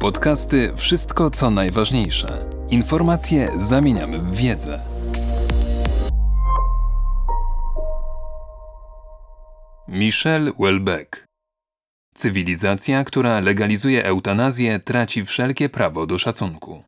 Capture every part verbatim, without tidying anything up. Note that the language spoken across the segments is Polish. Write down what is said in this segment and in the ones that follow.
Podcasty Wszystko co najważniejsze. Informacje zamieniamy w wiedzę. Michel Houellebecq. Cywilizacja, która legalizuje eutanazję, traci wszelkie prawo do szacunku.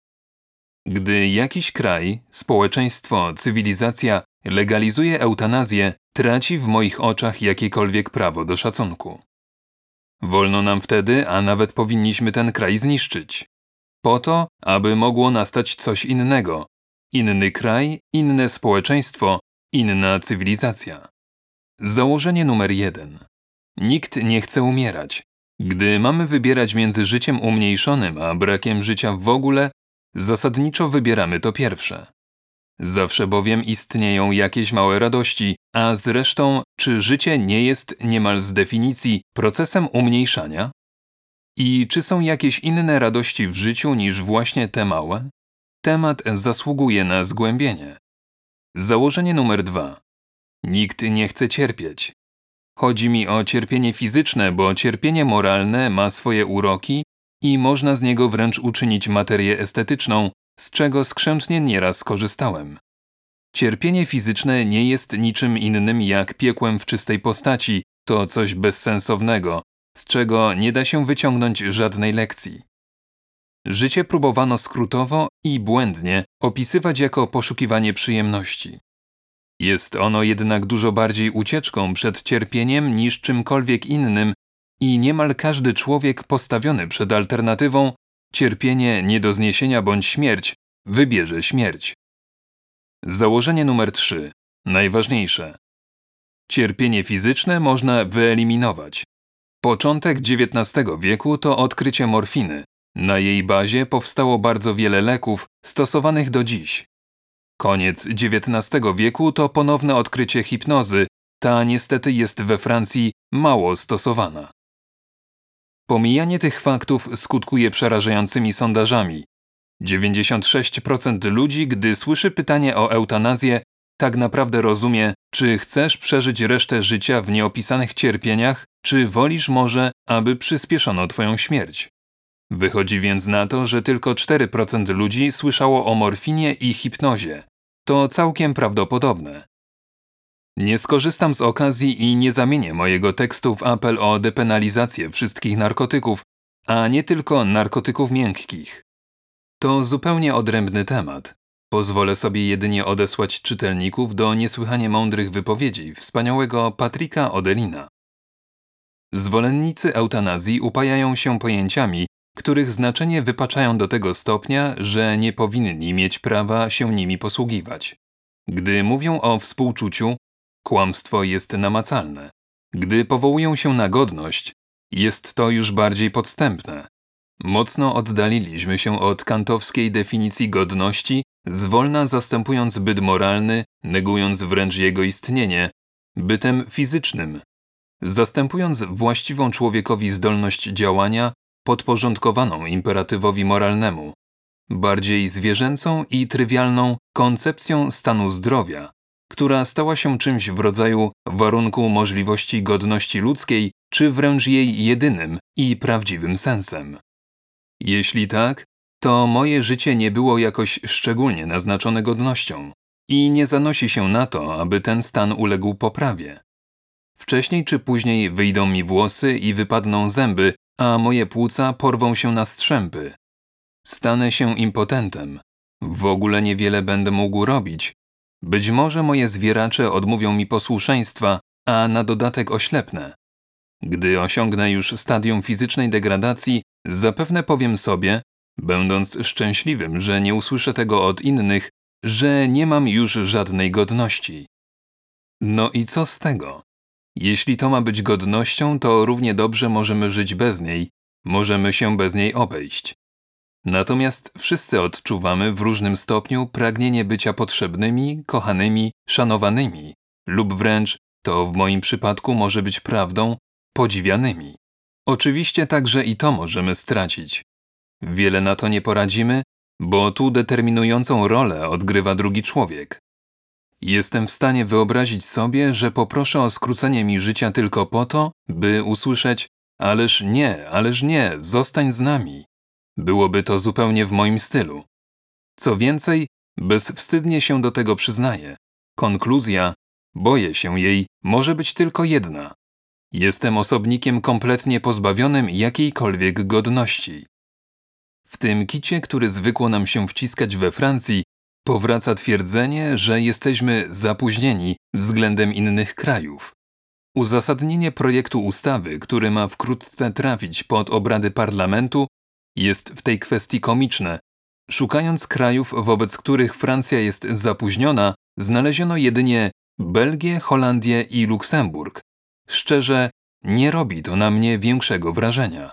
Gdy jakiś kraj, społeczeństwo, cywilizacja legalizuje eutanazję, traci w moich oczach jakiekolwiek prawo do szacunku. Wolno nam wtedy, a nawet powinniśmy ten kraj zniszczyć. Po to, aby mogło nastać coś innego. Inny kraj, inne społeczeństwo, inna cywilizacja. Założenie numer jeden. Nikt nie chce umierać. Gdy mamy wybierać między życiem umniejszonym a brakiem życia w ogóle, zasadniczo wybieramy to pierwsze. Zawsze bowiem istnieją jakieś małe radości, a zresztą, czy życie nie jest niemal z definicji procesem umniejszania? I czy są jakieś inne radości w życiu niż właśnie te małe? Temat zasługuje na zgłębienie. Założenie numer dwa. Nikt nie chce cierpieć. Chodzi mi o cierpienie fizyczne, bo cierpienie moralne ma swoje uroki i można z niego wręcz uczynić materię estetyczną, z czego skrzętnie nieraz skorzystałem. Cierpienie fizyczne nie jest niczym innym jak piekłem w czystej postaci, to coś bezsensownego, z czego nie da się wyciągnąć żadnej lekcji. Życie próbowano skrótowo i błędnie opisywać jako poszukiwanie przyjemności. Jest ono jednak dużo bardziej ucieczką przed cierpieniem niż czymkolwiek innym i niemal każdy człowiek postawiony przed alternatywą cierpienie nie do zniesienia bądź śmierć wybierze śmierć. Założenie numer trzy. Najważniejsze. Cierpienie fizyczne można wyeliminować. Początek dziewiętnastego wieku to odkrycie morfiny. Na jej bazie powstało bardzo wiele leków stosowanych do dziś. Koniec dziewiętnastego wieku to ponowne odkrycie hipnozy. Ta niestety jest we Francji mało stosowana. Pomijanie tych faktów skutkuje przerażającymi sondażami. dziewięćdziesiąt sześć procent ludzi, gdy słyszy pytanie o eutanazję, tak naprawdę rozumie, czy chcesz przeżyć resztę życia w nieopisanych cierpieniach, czy wolisz może, aby przyspieszono twoją śmierć. Wychodzi więc na to, że tylko cztery procent ludzi słyszało o morfinie i hipnozie. To całkiem prawdopodobne. Nie skorzystam z okazji i nie zamienię mojego tekstu w apel o depenalizację wszystkich narkotyków, a nie tylko narkotyków miękkich. To zupełnie odrębny temat. Pozwolę sobie jedynie odesłać czytelników do niesłychanie mądrych wypowiedzi wspaniałego Patricka Odelina. Zwolennicy eutanazji upajają się pojęciami, których znaczenie wypaczają do tego stopnia, że nie powinni mieć prawa się nimi posługiwać. Gdy mówią o współczuciu, kłamstwo jest namacalne. Gdy powołują się na godność, jest to już bardziej podstępne. Mocno oddaliliśmy się od kantowskiej definicji godności, zwolna zastępując byt moralny, negując wręcz jego istnienie, bytem fizycznym. Zastępując właściwą człowiekowi zdolność działania, podporządkowaną imperatywowi moralnemu, bardziej zwierzęcą i trywialną koncepcją stanu zdrowia, która stała się czymś w rodzaju warunku możliwości godności ludzkiej, czy wręcz jej jedynym i prawdziwym sensem. Jeśli tak, to moje życie nie było jakoś szczególnie naznaczone godnością i nie zanosi się na to, aby ten stan uległ poprawie. Wcześniej czy później wyjdą mi włosy i wypadną zęby, a moje płuca porwą się na strzępy. Stanę się impotentem. W ogóle niewiele będę mógł robić. Być może moje zwieracze odmówią mi posłuszeństwa, a na dodatek oślepnę. Gdy osiągnę już stadium fizycznej degradacji, zapewne powiem sobie, będąc szczęśliwym, że nie usłyszę tego od innych, że nie mam już żadnej godności. No i co z tego? Jeśli to ma być godnością, to równie dobrze możemy żyć bez niej, możemy się bez niej obejść. Natomiast wszyscy odczuwamy w różnym stopniu pragnienie bycia potrzebnymi, kochanymi, szanowanymi lub wręcz, to w moim przypadku może być prawdą, podziwianymi. Oczywiście także i to możemy stracić. Wiele na to nie poradzimy, bo tu determinującą rolę odgrywa drugi człowiek. Jestem w stanie wyobrazić sobie, że poproszę o skrócenie mi życia tylko po to, by usłyszeć: ależ nie, ależ nie, zostań z nami. Byłoby to zupełnie w moim stylu. Co więcej, bezwstydnie się do tego przyznaję. Konkluzja, boję się jej, może być tylko jedna. Jestem osobnikiem kompletnie pozbawionym jakiejkolwiek godności. W tym kicie, który zwykło nam się wciskać we Francji, powraca twierdzenie, że jesteśmy zapóźnieni względem innych krajów. Uzasadnienie projektu ustawy, który ma wkrótce trafić pod obrady parlamentu, jest w tej kwestii komiczne. Szukając krajów, wobec których Francja jest zapóźniona, znaleziono jedynie Belgię, Holandię i Luksemburg. Szczerze, nie robi to na mnie większego wrażenia.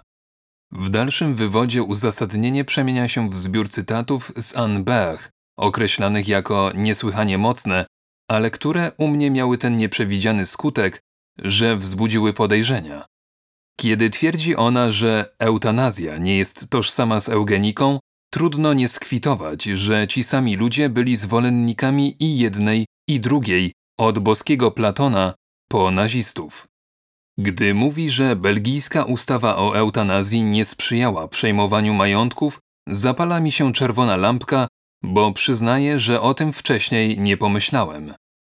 W dalszym wywodzie uzasadnienie przemienia się w zbiór cytatów z Anne Bech, określanych jako niesłychanie mocne, ale które u mnie miały ten nieprzewidziany skutek, że wzbudziły podejrzenia. Kiedy twierdzi ona, że eutanazja nie jest tożsama z eugeniką, trudno nie skwitować, że ci sami ludzie byli zwolennikami i jednej, i drugiej, od boskiego Platona po nazistów. Gdy mówi, że belgijska ustawa o eutanazji nie sprzyjała przejmowaniu majątków, zapala mi się czerwona lampka, bo przyznaję, że o tym wcześniej nie pomyślałem.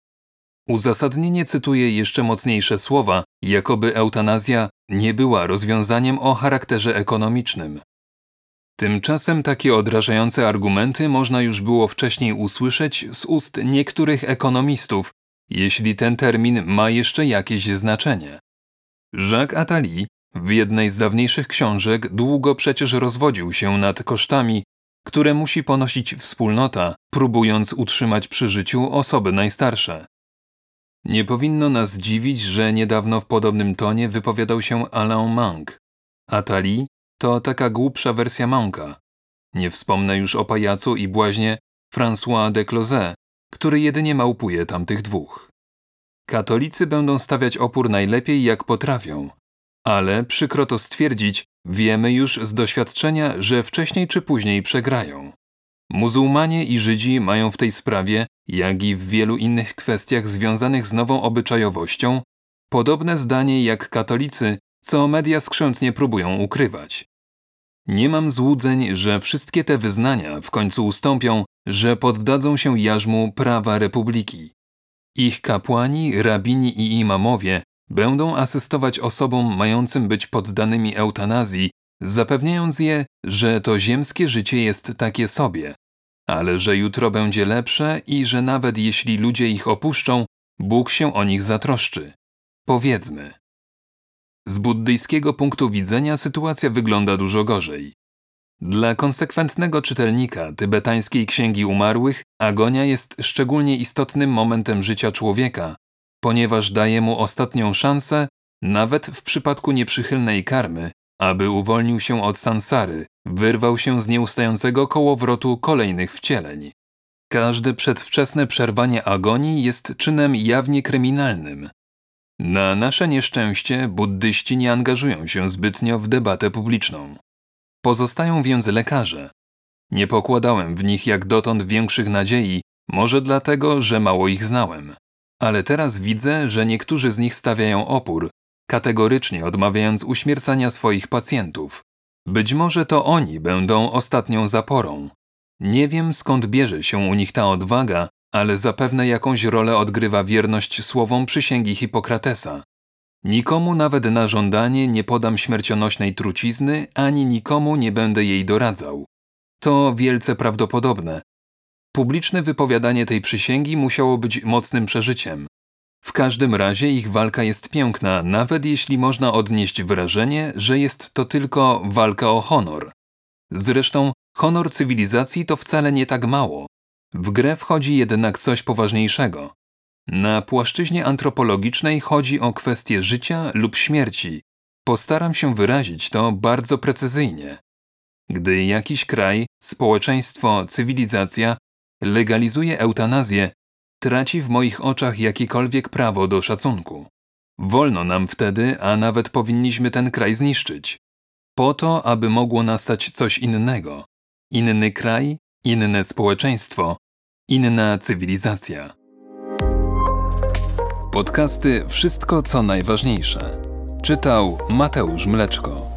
Uzasadnienie cytuje jeszcze mocniejsze słowa, jakoby eutanazja nie była rozwiązaniem o charakterze ekonomicznym. Tymczasem takie odrażające argumenty można już było wcześniej usłyszeć z ust niektórych ekonomistów, jeśli ten termin ma jeszcze jakieś znaczenie. Jacques Attali w jednej z dawniejszych książek długo przecież rozwodził się nad kosztami, które musi ponosić wspólnota, próbując utrzymać przy życiu osoby najstarsze. Nie powinno nas dziwić, że niedawno w podobnym tonie wypowiadał się Alain Manc. Attali to taka głupsza wersja Manca. Nie wspomnę już o pajacu i błaźnie François de Closet, który jedynie małpuje tamtych dwóch. Katolicy będą stawiać opór najlepiej jak potrafią, ale przykro to stwierdzić, wiemy już z doświadczenia, że wcześniej czy później przegrają. Muzułmanie i Żydzi mają w tej sprawie, jak i w wielu innych kwestiach związanych z nową obyczajowością, podobne zdanie jak katolicy, co media skrzętnie próbują ukrywać. Nie mam złudzeń, że wszystkie te wyznania w końcu ustąpią, że poddadzą się jarzmu prawa republiki. Ich kapłani, rabini i imamowie będą asystować osobom mającym być poddanymi eutanazji, zapewniając je, że to ziemskie życie jest takie sobie, ale że jutro będzie lepsze i że nawet jeśli ludzie ich opuszczą, Bóg się o nich zatroszczy. Powiedzmy. Z buddyjskiego punktu widzenia sytuacja wygląda dużo gorzej. Dla konsekwentnego czytelnika tybetańskiej Księgi Umarłych agonia jest szczególnie istotnym momentem życia człowieka, ponieważ daje mu ostatnią szansę, nawet w przypadku nieprzychylnej karmy, aby uwolnił się od sansary, wyrwał się z nieustającego kołowrotu kolejnych wcieleń. Każde przedwczesne przerwanie agonii jest czynem jawnie kryminalnym. Na nasze nieszczęście buddyści nie angażują się zbytnio w debatę publiczną. Pozostają więc lekarze. Nie pokładałem w nich jak dotąd większych nadziei, może dlatego, że mało ich znałem. Ale teraz widzę, że niektórzy z nich stawiają opór, kategorycznie odmawiając uśmiercania swoich pacjentów. Być może to oni będą ostatnią zaporą. Nie wiem, skąd bierze się u nich ta odwaga, ale zapewne jakąś rolę odgrywa wierność słowom przysięgi Hipokratesa. Nikomu nawet na żądanie nie podam śmiercionośnej trucizny, ani nikomu nie będę jej doradzał. To wielce prawdopodobne. Publiczne wypowiadanie tej przysięgi musiało być mocnym przeżyciem. W każdym razie ich walka jest piękna, nawet jeśli można odnieść wrażenie, że jest to tylko walka o honor. Zresztą honor cywilizacji to wcale nie tak mało. W grę wchodzi jednak coś poważniejszego. Na płaszczyźnie antropologicznej chodzi o kwestię życia lub śmierci. Postaram się wyrazić to bardzo precyzyjnie. Gdy jakiś kraj, społeczeństwo, cywilizacja legalizuje eutanazję, traci w moich oczach jakiekolwiek prawo do szacunku. Wolno nam wtedy, a nawet powinniśmy ten kraj zniszczyć. Po to, aby mogło nastać coś innego. Inny kraj, inne społeczeństwo, inna cywilizacja. Podcasty Wszystko co najważniejsze. Czytał Mateusz Mleczko.